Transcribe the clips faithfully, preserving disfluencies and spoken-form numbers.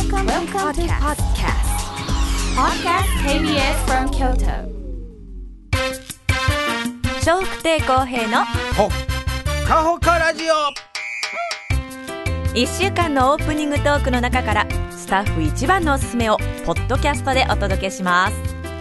Welcome, Welcome to podcast. Podcast ケービーエス from Kyoto. 笑福亭公平のほっかほかラジオ。 いっしゅうかんのオープニングトークの中からスタッフ一番のおすすめをポッドキャストでお届けします。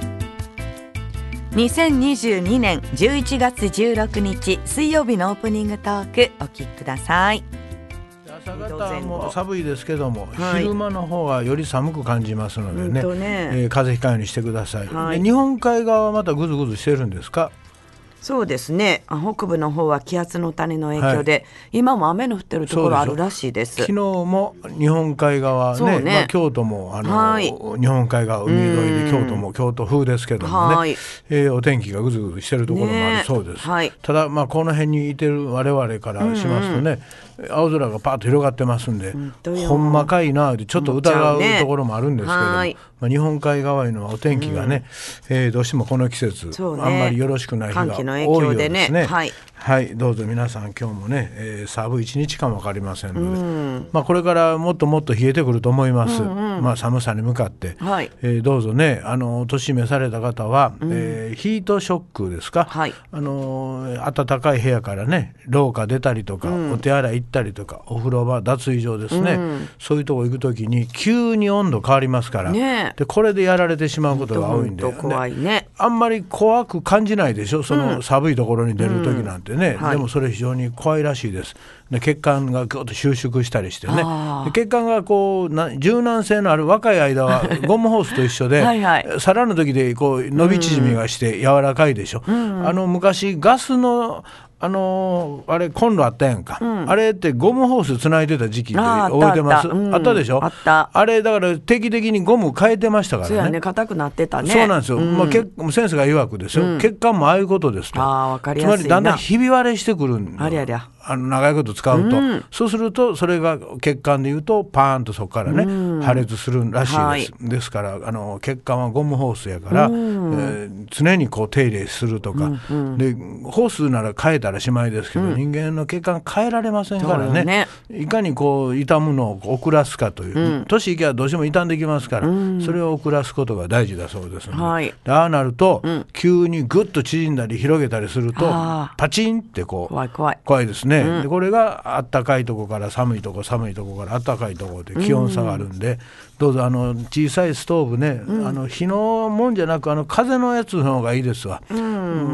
にせんにじゅうにねんじゅういちがつじゅうろくにち水曜日のオープニングトークお聞きください。 朝方も寒いですけども、 はい、 昼間の方はより寒く感じますので ね, ね、 えー、風邪ひかんようにしてください、 はい、 で日本海側はまたぐずぐずしてるんですか？ そうですね、北部の方は気圧の谷の影響で、はい、今も雨の降ってるところあるらしいです。 昨日も日本海側 ね, ね、まあ、京都もあの、はい、日本海側海沿いで京都も京都風ですけどもね、はい、えー、お天気がぐずぐずしてるところもあるそうです、ね、はい、ただ、まあ、この辺にいてる我々からしますとね、うんうん、青空がパーッと広がってますんで、ほんまかいなってちょっと疑うところもあるんですけども、ね、まあ、日本海側へのお天気がね、うん、えー、どうしてもこの季節、ね、あんまりよろしくない日が多いようですね。はい、はい、どうぞ皆さん今日もね、えー、寒い一日かも分かりませんので、うん、まあ、これからもっともっと冷えてくると思います、うんうん、まあ、寒さに向かって、はい、えー、どうぞね、あの年召された方は、うん、えー、ヒートショックですか、はい、あのー、暖かい部屋からね廊下出たりとか、うん、お手洗い行ったりとかお風呂場脱衣所ですね、うん、そういうとこ行くときに急に温度変わりますから、ね、でこれでやられてしまうことが多いんで、 怖いね、 あんまり怖く感じないでしょ、その寒いところに出るときなんてね、うん、でもそれ非常に怖いらしいです。で血管がぐっと収縮したりしてね、で血管がこうな柔軟性のある若い間はゴムホースと一緒ではい、はい、皿の時でこう伸び縮みがして柔らかいでしょ、うん、あの昔ガスのあのー、あれコンロあったやんか、うん、あれってゴムホースつないでた時期って覚えてます？ あ, あ, あ, った、うん、あったでしょ。あったあれだから定期的にゴム変えてましたからね。 そうやね、硬くなってたね。 そうなんですよ、うん、まあ、血センスが曰くですよ、うん、血管もああいうことですと。 あ、分かりやすいな。 つまりだんだんひび割れしてくるんありゃりゃ、 あの長いこと使うと、うん、そうするとそれが血管でいうとパーンとそこからね、うん、破裂するらしいです、はい、ですからあの血管はゴムホースやから、うん、えー、常にこう手入れするとか、うんうん、でホースなら変えたらしまいですけど、うん、人間の血管変えられませんから ね, ねいかにこう傷むのを遅らすかという、うん、年いけばどうしても傷んできますから、うん、それを遅らすことが大事だそうですので、はい、でああなると、うん、急にグッと縮んだり広げたりするとパチンってこう怖い怖い怖いですね、うん、でこれがあったかいとこから寒いとこ寒いとこからあったかいとこで気温差があるんで、うん、どうぞあの小さいストーブね、うん、あの火のもんじゃなくあの風のやつの方がいいですわ、うん、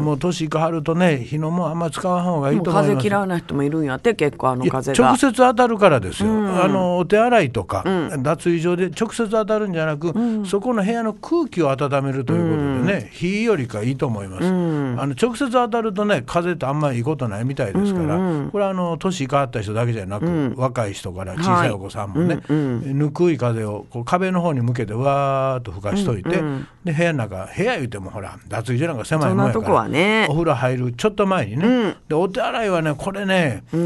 もう年いかはるとね火のもんあんまり使わん方がいいと思います。 風嫌いな人もいるんやって、結構あの風が直接当たるからですよ、うん、あのお手洗いとか、うん、脱衣所で直接当たるんじゃなく、うん、そこの部屋の空気を温めるということでね、うん、火よりかいいと思います、うん、あの直接当たるとね風ってあんまりいいことないみたいですから、うん、これはあの年いかはった人だけじゃなく、うん、若い人から小さいお子さんもね、はい、うんうん、ぬくい風をこう壁の方に向けてわーっと吹かしといて、うんうん、で部屋の中部屋言うてもほら脱衣所なんか狭いもんやから、ね、お風呂入るちょっと前にね、うん、でお手洗いはねこれね、うん、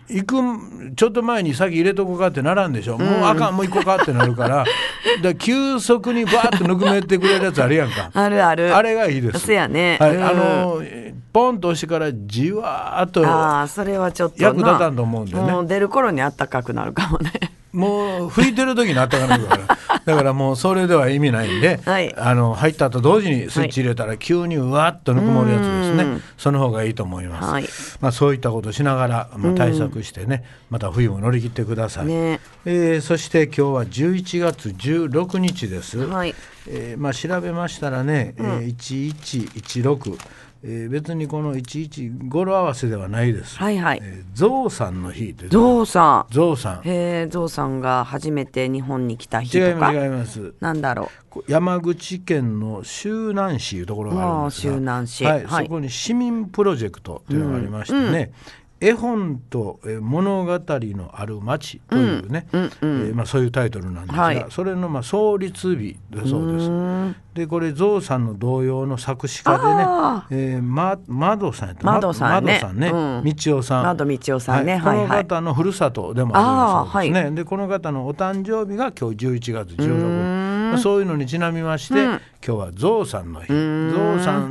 行くちょっと前に先入れとこうかってならんでしょ、うん、もうあかんもう行こうかってなるからで急速にバーッとぬくめてくれるやつあるやんかあるある、 あれがいいです。 そうやね、 はい、うん、あのポンと押してからじわーっとあそれはちょっと役立たんと思うんでね、 もう出る頃にあったかくなるかもねもう拭いてる時にあったかなるからだからもうそれでは意味ないんで、はい、あの入った後同時にスイッチ入れたら急にうわっとぬくもるやつですね、はい、その方がいいと思います、はい、まあ、そういったことをしながら、まあ、対策してねまた冬を乗り切ってください、ね、えー、そして今日はじゅういちがつじゅうろくにちです、はい、えーまあ、調べましたらね、うん、えー、いちいちいちろく、えー、別にこのいちいち語呂合わせではないです、はいはい、えー、ゾウさんの日というゾウさんゾウさんへー、ゾウさんが初めて日本に来た日とか。 違います違います。 なんだろう、山口県の周南市いうところがあるんですが、 周南市、 はいはい、そこに市民プロジェクトというのがありましてね、うんうん、絵本と物語のある町というね、うんうんうん、えーまあ、そういうタイトルなんですが、はい、それのまあ創立日だそうです。でこれゾウさんの童謡の作詞家でね、えー、ま窓さんやった窓さんね、 窓さんね、うん、道夫さん、 窓道夫さんね、 はい、 はいはい、 この方のふるさとでもあるそうですね、はい、でこの方のお誕生日が今日じゅういちがつじゅうろくにち、まあ、そういうのにちなみまして、うん、今日はゾウさんの日、ゾウさん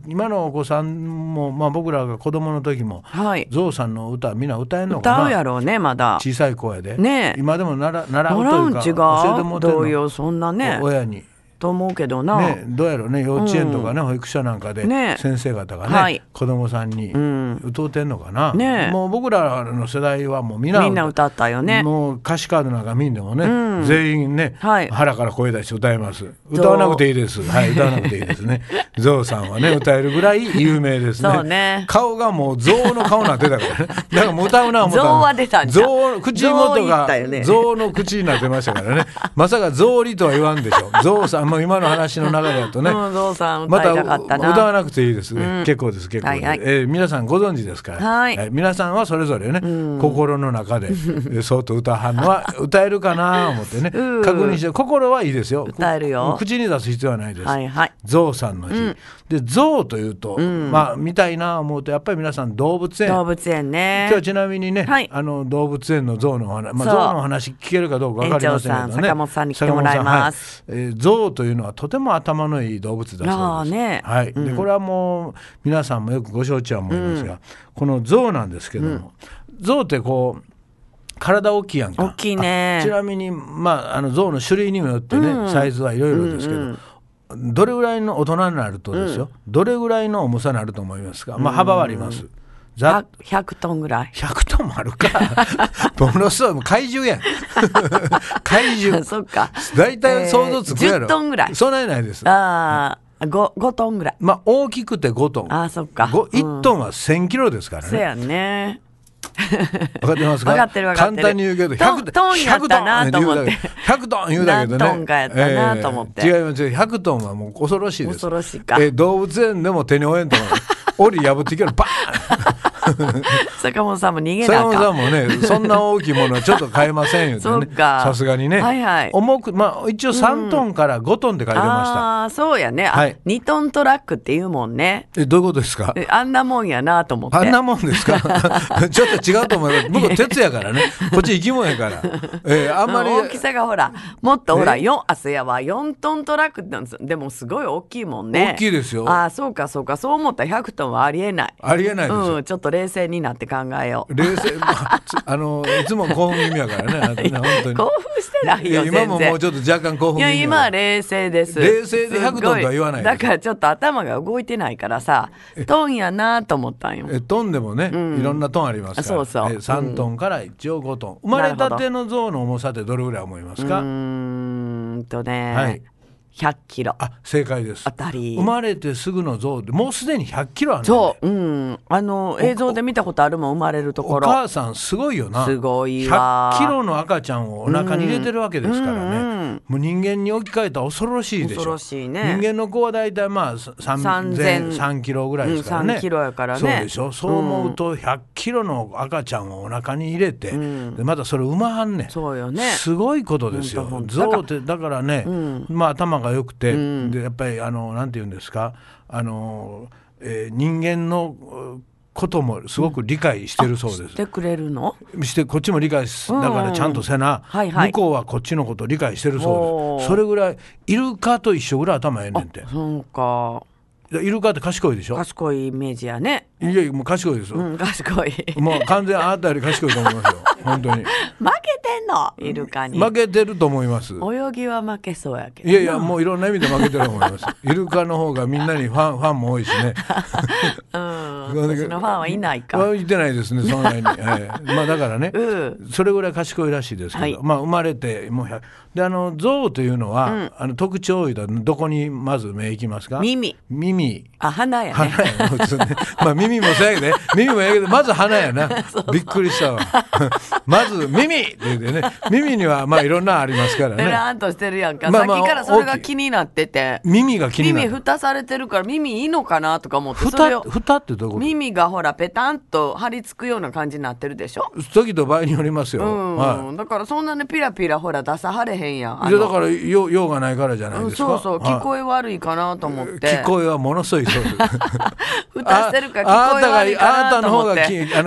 今のお子さんも、まあ、僕らが子供の時も、はい、ゾウさんの歌みんな歌えんのかな。 歌うやろうねまだ小さい子やで、 ね、 今でも習うというか教えてもらってるのどうよそんなね親にと思うけどな、 ね、どうやろうね幼稚園とかね、うん、保育所なんかで先生方がね、はい、子供さんに歌うてんのかな、ね、もう僕らの世代はもうみんな、 みんな歌ったよね。 もう歌詞カードなんか見んでもね、うん、全員ね、はい、腹から声出して歌えます。歌わなくていいです、はい、歌わなくていいですねゾウさんはね歌えるぐらい有名です ね, そうね顔がもうゾウの顔になってたからねだからもう歌うな思ったらゾウは出たんじゃん。 ゾウ口元がゾウの口になってましたからねまさかゾウリとは言わんでしょゾウさんも今の話の流れだとね、 うん、ゾウさん歌いたかったな。 また歌わなくていいです、ね、うん、結構です結構です、はいはい、えー、皆さんご存知ですから、はいはい、皆さんはそれぞれね、うん、心の中でそうと歌はんのは歌えるかな思ってね確認して、心はいいですよ、 歌えるよ、 口に出す必要はないです、 はいはい、 ゾウさんの日、うん、でゾウというと、うん、まあ見たいな思うとやっぱり皆さん動物園動物園ね。 今日ちなみにね、はい、あの動物園のゾウの話、まあ、ゾウの話聞けるかどうか分かりませんけどね、 坂本さんに来てもらいます、 はい、えー、ゾウというのはとても頭のいい動物だそうです、ね、はい、うん、でこれはもう皆さんもよくご承知は思いますが、うん、このゾウなんですけども、うん、ゾウってこう体大きいやんか。 大きいね。 ちなみに、まあ、あのゾウの種類にもよってね、うん、サイズはいろいろですけど、うんうん、どれぐらいの大人になるとですよ、うん、どれぐらいの重さになると思いますか。まあ、幅はあります、うん、 ざひゃくトンぐらい。 ひゃくトンもあるかものすごい怪獣やん怪獣そっか、 だいたい想像つくやろ、えー、 じゅっトンぐらい。 そんなにないです。 ああ、5, 5トンぐらい。 まあ大きくてごトン。 ああ、そっか、 いちトンはせんキロですからね。 そうやね分かってますか。 分かってる分かってる。 簡単に言うけどひゃくトンやったなと思って、 ひゃくトン言うだけどね、 何トンかやったなと思って、 えー、違います。ひゃくトンはもう恐ろしいです。 恐ろしいか、 えー、動物園でも手に負えんと思う檻破っていけるバーン坂本さんも逃げなあかん。 坂本さんもねそんな大きいものはちょっと買えませんよねさすがにね、はいはい、重く、まあ、一応さんトンからごトンって書いてました、うん、 ああそうやね、はい、にトントラックって言うもんね。 えどういうことですか。 あんなもんやなと思って。 あんなもんですかちょっと違うと思います。僕鉄やからねこっち生き物やから、えー、あんまり大きさがほらもっとほらよんあそやはよんトントラックなんです。でもすごい大きいもんね。 大きいですよ。 ああそうかそうか、そう思ったらひゃくトンはありえない。 ありえないですよ、 うん、ちょっと冷静になって考えよう。 冷静、まあ、あのいつも興奮気味やからね本当に興奮してないよ。いや今ももうちょっと若干興奮気味。いや今は冷静です。 冷静でひゃくトンとは言わないです。 だからちょっと頭が動いてないからさトンやなと思ったんよ。 えトンでもね、うん、いろんなトンありますから。そうそう、さんトンから一応ごトン、うん、生まれたての象の重さってどれぐらい思いますか。 うーんとね、 はい、 ひゃっキロ。 あ正解です。 当たり。 生まれてすぐの象でもうすでにひゃっキロあるんだ、ね、 そう、うん、あの映像で見たことあるもん、生まれるところ。 お母さんすごいよな。 すごいわ。 ひゃっキロの赤ちゃんをお腹に入れてるわけですからね、うんうん、もう人間に置き換えたら恐ろしいでしょ。 恐ろしいね。 人間の子はだいたいまあさんぜんさんキロぐらいですからね、 うん、さんキロやからね。 そうでしょ。そう思うとひゃっキロの赤ちゃんをお腹に入れて、うん、でまたそれ産まはんねん。 そうよね。 すごいことですよ。象ってだからね、うん、まあ頭が良くて、うんでやっぱりあのなんて言うんですか、あの、えー、人間のこともすごく理解してるそうです、うん、 してくれるのしてこっちも理解す、だからちゃんとせな、うんはいはい、向こうはこっちのことを理解してるそうです。それぐらいイルカと一緒ぐらい頭ええねんて。 そうか。 イルカって賢いでしょ。 賢いイメージやね。 いやいやもう賢いですよ、 うん、賢いもう完全にあなたより賢いと思いますよ本当に。負けてんのイルカに。 負けてると思います。 泳ぎは負けそうやけど。 いやいやもういろんな意味で負けてると思いますイルカの方がみんなにファンファンも多いしねうん私のファンはいないか。 いてないですねそんなに、はい、まあだからね、うん、それぐらい賢いらしいですけど、はい、まあ生まれてもうひゃくであの象というのは、うん、あの特徴を言うとどこにまず目いきますか。 耳耳あ鼻やね。 鼻や普通ねまあ耳もそうやけどね耳もやけどまず鼻やなびっくりしたわまず耳って言ってね、耳にはまあいろんなありますからね。 ペラーンとしてるやんか、まあまあ、さっきからそれが気になってて、 耳が気になって、 耳蓋されてるから耳いいのかなとか思って、 蓋、それを蓋ってどういうこと。 耳がほらペタンと張り付くような感じになってるでしょ。 時と場合によりますよ、 うんはい、 だからそんなにピラピラほら出さはれへんやん。 いやだから用用がないからじゃないですか、 うん、そうそう、はい、聞こえ悪いかなと思って。 聞こえはものすごいそうです蓋してるから聞こえ悪いかなと思って。 あなたがあなたの方がきあの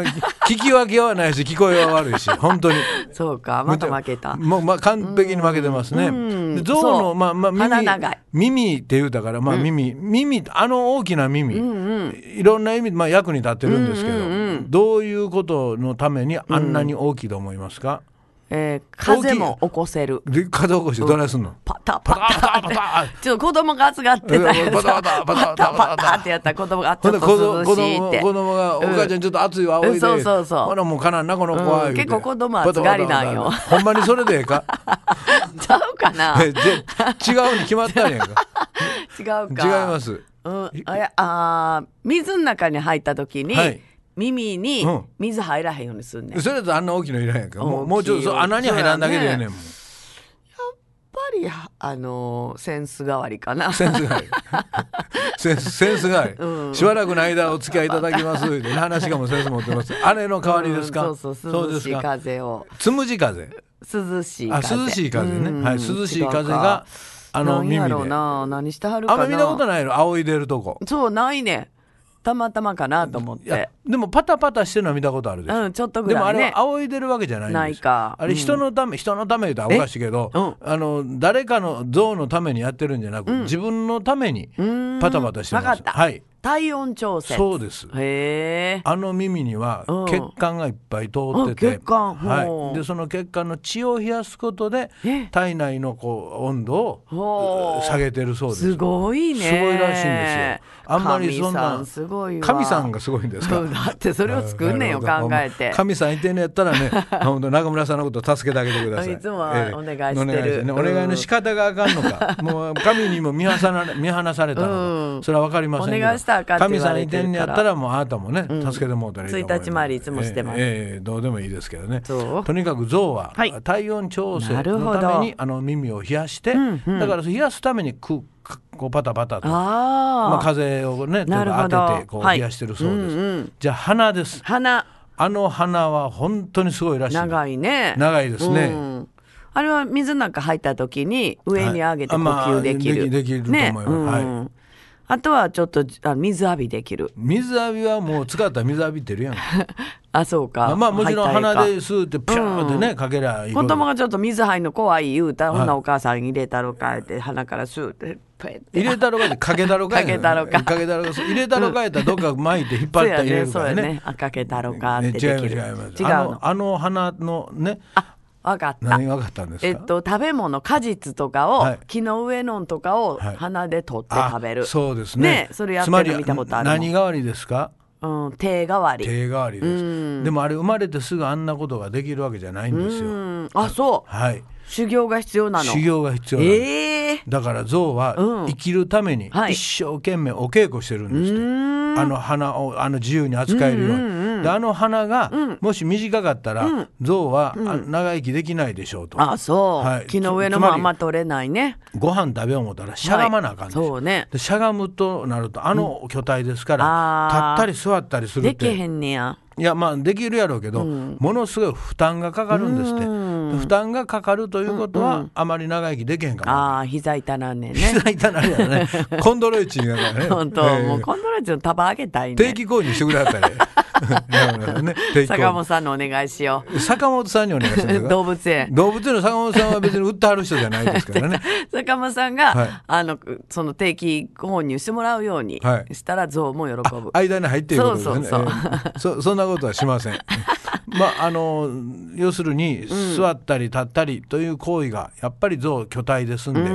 聞き分けはないし聞こえは悪いし本当にそうかまた負けたもう、まあ、完璧に負けてますね。で象の、まあまあ、耳, 耳って言うたから、まあ耳うん、耳あの大きな耳、うんうん、いろんな意味、まあ、役に立ってるんですけど、うんうんうん、どういうことのためにあんなに大きいと思いますか？うんえー、風も起こせる。 風起こしてどないすんの？ パタパタパタパタちょっと子供が熱がってたやつパタパタパタパタパタってやったら子供がちょっと涼しいって子供がお母ちゃんちょっと熱いわおいで、うん、 そうそうそうほらもうかなんなこの子は、うん、 結構子供熱がりなんよ。 ほんまにそれでええかちゃうかな違うに決まったんやんか違うか違います、 うん、あやあ水の中に入った時に、はい耳に水入らへんようにすんねん、 うん、それだとあんな大きいのいらへんかもう、もうちょっと穴に入らんだけでええねんもん、ね、 やっぱりあのー、センス代わりかなセンス代わりセンス、センス代わり、うん、しばらくの間お付き合いいただきますって話がもセンス持ってますあれの代わりですか、 うん、そうそう涼しい風をつむじ風涼しい風あ涼しい風ね、うん、はい、涼しい風があの耳で何やろうな何してはるかなあんま見たことないの仰いでるとこそうないねたまたまかなと思ってでもパタパタしてるのは見たことあるでしょ、 うん、ちょっとぐらいね。 でもあれは仰いでるわけじゃないんですないか、 あれ人のため、うん、人のため言うとおかしいけど、うん、あの誰かの象のためにやってるんじゃなく、うん、自分のためにパタパタしてます。 分かった、はい、体温調節そうです。 へあの耳には血管がいっぱい通ってて、 うん、血管、 はい、でその血管の血を冷やすことで体内のこう温度を下げてるそうです。 すごいね。 すごいらしいんですよ。あんまりそんな神さんすごいわ。 神さんがすごいんですか。 だってそれを作んねんよ考えて。 神さんいてんのやったらね本当中村さんのことを助けてあげてください。 いつもはお願いしてる、 えー、お願い、ね、お願いの仕方があかんのかもう神にも見放さ見放されたのか、うん、それは分かりませんけどお願いしたらあかんって言われてるから神さんいてんのやったらもうあなたもね、うん、助けてもらったらいいと思います。ついたち回りいつもしてます、えーえー、どうでもいいですけどね。とにかく象は体温調整のためにあの耳を冷やして、うんうん、だから冷やすためにこうパタパタとあ、まあ、風をね当ててこう冷やしてるそうです、はい、うんうん、じゃあ鼻です。 鼻あの鼻は本当にすごいらしい。 長いね。 長いですね、うん、 あれは水の中入った時に上に上げて呼吸できる、 はい、まあ、でき、できると思います、ね、うん、 はい。あとはちょっとあ水浴びできる。 水浴びはもう使ったら水浴びてるやんあ、そうか。 まあ、まあもちろん鼻で吸ってピャーってね、うん、かけりゃいい。 子供がちょっと水入るの怖い言うたら、はい、ほんなお母さん入れたろかって鼻から吸って入れたろかってかけたろかかけたろかかけたろか入れたろかやったらどっか巻いて引っ張って入れるからね。 そうやね、あ、かけたろかってできる、 ね、違います違います。違うの。あの、あの鼻のね、 あ、分かった。 何が分かったんですか。 えっと食べ物果実とかを、はい、木の上のとかを鼻で取って食べる、はい、 そうですね。 ね、それやってるの見たことあるもん。 何代わりですか。 うん、手代わり。 手代わりです。でもあれ生まれてすぐあんなことができるわけじゃないんですよ。うん、 あ、そう。 はい。 修行が必要なの。 修行が必要なの。 えー、 だから象は生きるために一生懸命お稽古してるんですって、はい、あの鼻をあの自由に扱えるように、うんうんうん、であの鼻がもし短かったら、うん、象は、うん、長生きできないでしょうと。 あ、そう、はい、木の上のまま取れないね。 ご飯食べよう思ったらしゃがまなあかんですよ、はい、そうね、でしゃがむとなるとあの巨体ですから、うん、立ったり座ったりするってできへんねや。 いや、まあできるやろうけど、うん、ものすごい負担がかかるんですって。負担がかかるということは、うんうん、あまり長生きできへんかも。 ああ、膝痛なんねんね。 膝痛なんやろねコンドロイチンやからね本当、えー、もうコンドロイチンの束あげたいね。 定期購入してくれはったねね、 坂本さんのお願いしよう。 坂本さんにお願いします動物園動物園の坂本さんは別に売ってはる人じゃないですからね坂本さんが、はい、あのその定期購入してもらうようにしたら象も喜ぶ。 間に入っていることですね。 そうそうそう、 えー、そ, そんなことはしませんまああの要するに座ったり立ったりという行為がやっぱり象巨体ですんで、うん、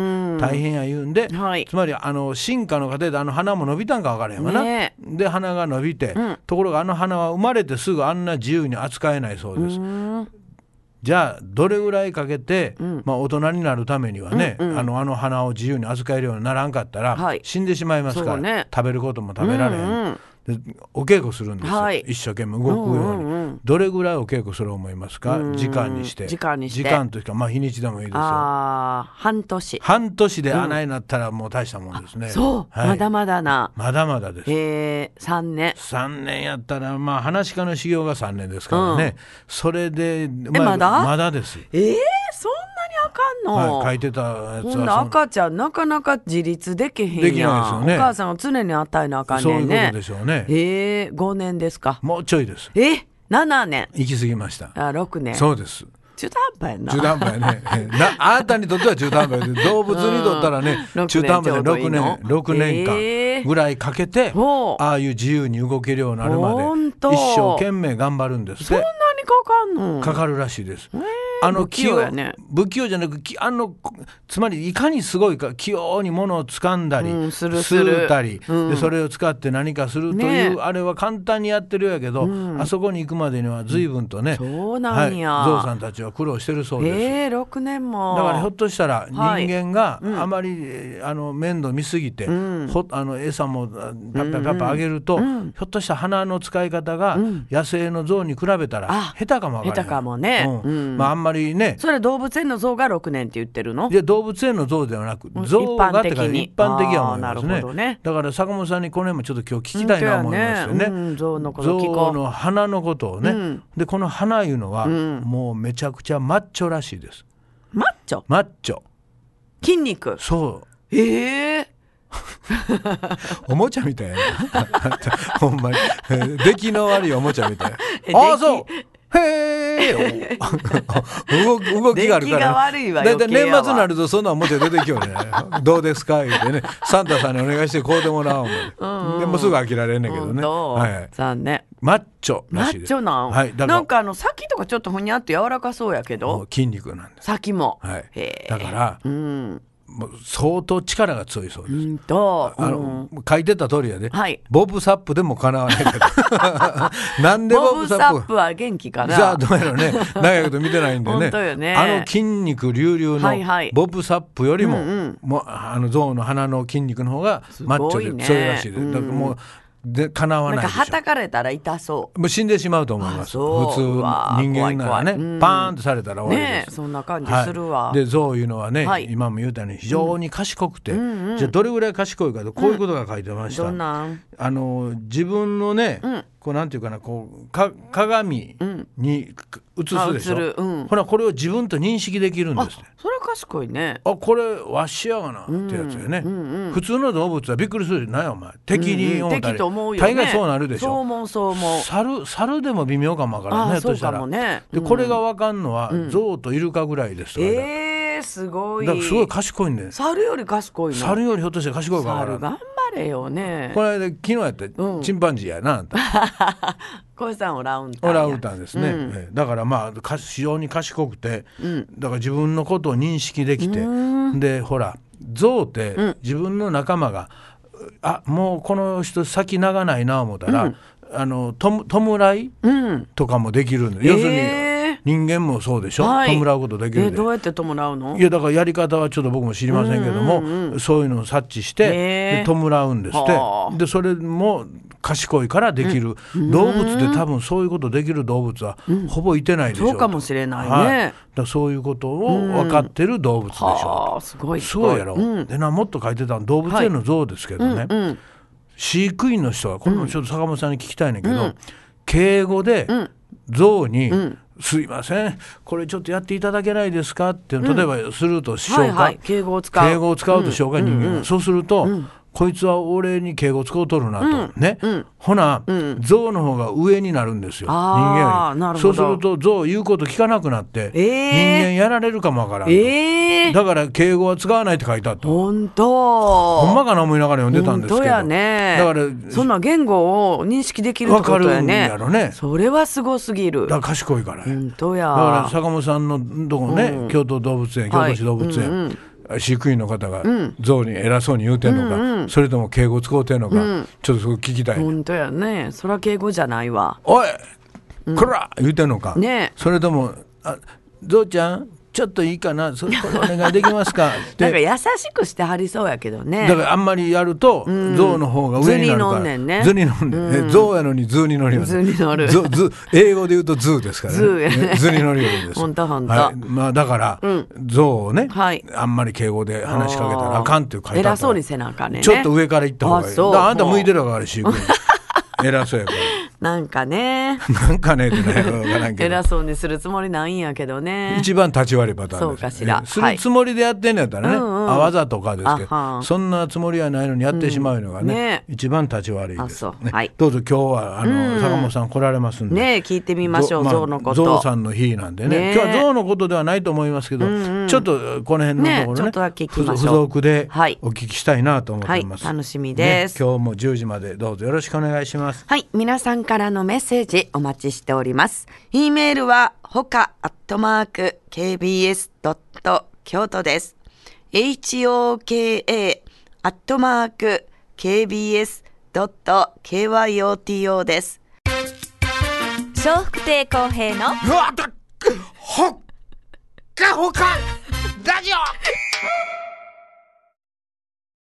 大変や言うんで、はい、つまりあの進化の過程であの鼻も伸びたんか分からへんわな、ね、で鼻が伸びて、うん、ところがあの鼻は生まれてすぐあんな自由に扱えないそうです。うん、じゃあどれぐらいかけて、うん、まあ、大人になるためにはね、うんうん、あのあの鼻を自由に扱えるようにならんかったら、はい、死んでしまいますから、ね、食べることも食べられへん、うんうん、お稽古するんですよ、はい、一生懸命動くように、うんうんうん、どれぐらいお稽古すると思いますか。時間にして時間にして時間というか、まあ、日にちでもいいですよ。 あ、半年半年で穴になったらもう大したもんですね、うん、 そう、はい、まだまだな。 まだまだです。 えー、さんねんさんねんやったら、まあ話し家の修行がさんねんですからね、うん、それで、 まあ、まだまだです。 えー、そんなにあかんの、 はい、書いてたやつはそんな赤ちゃんなかなか自立できへんやん。 できないですよね。 お母さんは常に与えなあかんねんね。 そういうことでしょうね。 えー、ごねんですか。 もうちょいです。 えななねん行き過ぎました。 あろくねんそうです。 中途半端やな。 中途半端やねなあなたにとっては中途半端で動物にとったらね、うん、中途半端でろくねんろくねんかんぐらいかけて、えー、ああいう自由に動けるようになるまで一生懸命頑張るんですって。 そんなにかかんの？ かかるらしいです、 えー、 あの不器用やね。 不器用じゃなくあのつまりいかにすごいか器用に物を掴んだり、うん、するする吸ったり、うん、でそれを使って何かするという、ね、あれは簡単にやってるやけど、うん、あそこに行くまでには随分とね、 うん、そうなんや、 はい、ゾウさんたちは苦労してるそうです。 えー、ろくねんもだからひょっとしたら人間があまり、はい、あの面倒見すぎて、うん、ほあの餌もパッパッパッパあげると、うん、ひょっとしたら鼻の使い方が野生のゾウに比べたら下手かもわからない。 下手かもね、 うんうん、まあ、あんまりね。 それ動物園のゾウがろくねんって言ってるの？ いや動物園のゾウではなくゾウがってから一般的や思います ね, ね。 だから坂本さんにこの辺もちょっと今日聞きたいな思いましてね、うん、 ゾウのこと聞こう。 ゾウの鼻のことをね、うん、でこの鼻いうのは、うん、もうめちゃくちゃマッチョらしいです。 マッチョ？ マッチョ筋肉。 そう。 ええー、おもちゃみたいなほんまに出来の悪いおもちゃみたいなああそうへえ動, 動きがあるから、ね、だいたい年末になるとそんなおもちゃ出てきよねどうですか言ってねサンタさんにお願いしてこうでもらおうも、うんうん、でもすぐ飽きられんねんけどね、 はい、残念。 マッチョらしいです。 マッチョなん、はい、だなんかあの先とかちょっとふにゃって柔らかそうやけど筋肉なんです先も、 はい、へだから、うん、もう相当力が強いそうです。 うんと、 あの、うん、書いてた通りやで、 はい、 ボブサップでもかなわないけどなんでボブサップボブサップは元気かな。 じゃあどうやろうね長いこと見てないんで ね, 本当よね。 あの筋肉隆々のボブサップよりも、はいはい、もうあの象の鼻の筋肉の方がマッチョで強いらしいです、ね、だからもうでかなわないでしょ。 なんかはたかれたら痛そう。 もう死んでしまうと思います。普通人間ならね、うん、パーンとされたら終わりです、 ね、そんな感じするわ、 はい、で象いうのはね、はい、今も言うたように非常に賢くて、うん、じゃあどれぐらい賢いかとこういうことが書いてました、うん、 どんなんあの自分のね、うん、こうなんていうかなこうか鏡に映すでしょ、うん、ほらこれを自分と認識できるんですね。 それは賢いね。 あこれわしやがなってやつよね、うんうんうん、普通の動物はびっくりする。何やお前敵に思ったり、うんうんね、大概そうなるでしょ。 そう思うそう思う。 猿、猿でも微妙かもわからんね。 そうかもね。 でこれがわかんのは、うん、象とイルカぐらいですから、 えー、すごい。 だからすごい賢いんで。 猿より賢いの。 猿よりひょっとして賢いかもわからん。 猿頑張れよね。 この間昨日やった、うん、チンパンジーやなあんた小井さんオランウータン。 オランウータンですね、うん、だからまあ非常に賢くて、うん、だから自分のことを認識できて、でほら象って自分の仲間が、うん、あもうこの人先長ないな思ったら、うん、あのと弔い、うん、とかもできるんで、要するに、えー、人間もそうでしょ、はい、弔うことできるんで、 えー、どうやって弔うの？いやだからやり方はちょっと僕も知りませんけども、うんうんうん、そういうのを察知して、えー、で弔うんですって。でそれも賢いからできる、うん、動物で多分そういうことできる動物はほぼいてないでしょう、うん、 そうかもしれないね、 はい、だそういうことを分かってる動物でしょう、うんはあ、 すごいすごいやろ、うん、でなもっと書いてたの動物園の象ですけどね、はいうんうん、飼育員の人はこれもちょっと坂本さんに聞きたいねんけど、うん、敬語で象に、うんすいませんこれちょっとやっていただけないですかって例えばするとしようか、うんはいはい、 敬語を使う敬語を使うとしようか、うん、人間は、うん、そうすると、うんこいつは俺に敬語使うとるなと、うん、ね、うん、ほな、うん、象の方が上になるんですよ、人間より。なるほど。そうすると象言うこと聞かなくなって、えー、人間やられるかもわからん、えー、だから敬語は使わないって書いてあった。 本当ほんまかな思いながら読んでたんですけど、 本当やね。だからそんな言語を認識できるってことやね。分かるんやろね。それはすごすぎる。 だから賢いからね。 本当や。 だから坂本さんのとこね、うん、京都動物園京都市動物園、はいうんうん飼育員の方が象に偉そうに言うてんのか、うんうん、それとも敬語使うてんのか、うん、ちょっとそこ聞きたい、ね、 本当やね。そら敬語じゃないわ。 おい、うん、こら言うてんのか、 ね、 それともあ象ちゃんちょっといいかなそれこれお願いできますかってなんか優しくしてはりそうやけどね。 だからあんまりやると、うん、象の方が上になるから図に乗んねんね。 図に乗んねん、うん、象やのに図に乗るよね。 図に乗る。 英語で言うと図ですからね。 図やね。 図に乗るようです。 本当本当。 はい、まあだから、うん、象をね、はい、あんまり敬語で話しかけたらあかんっていう書いてあった。 偉そうにせなあかんねんね。 ちょっと上から行った方がいい。あ、そう。だからあんた向いてるから飼育員。偉そうやから。 なんかねなんかねってね分からんけど偉そうにするつもりないんやけどね。 一番立ち悪いパターンです。 そうかしら。 するつもりでやってんのやったらね、 はい、うあわざとかですけど、そんなつもりはないのにやってしまうのがね、うん、ね一番立ち悪いです、ねはい、どうぞ今日はあの、うん、坂本さん来られますんでね聞いてみましょう、まあ、象のこと象さんの日なんで ね, ね今日は象のことではないと思いますけど、うんうん、ちょっとこの辺のところ ね, ねちょっとだけ聞きましょう付属でお聞きしたいなと思っています、 はいはい、楽しみです、 ね、今日もじゅうじまでどうぞよろしくお願いします。 はい、皆さんからのメッセージお待ちしております。 E メールはほかアットマーク ケービーエス ドット 京都です。 ホカ アットマーク ケービーエス ドット キョト です。 笑福亭公平のほっかほか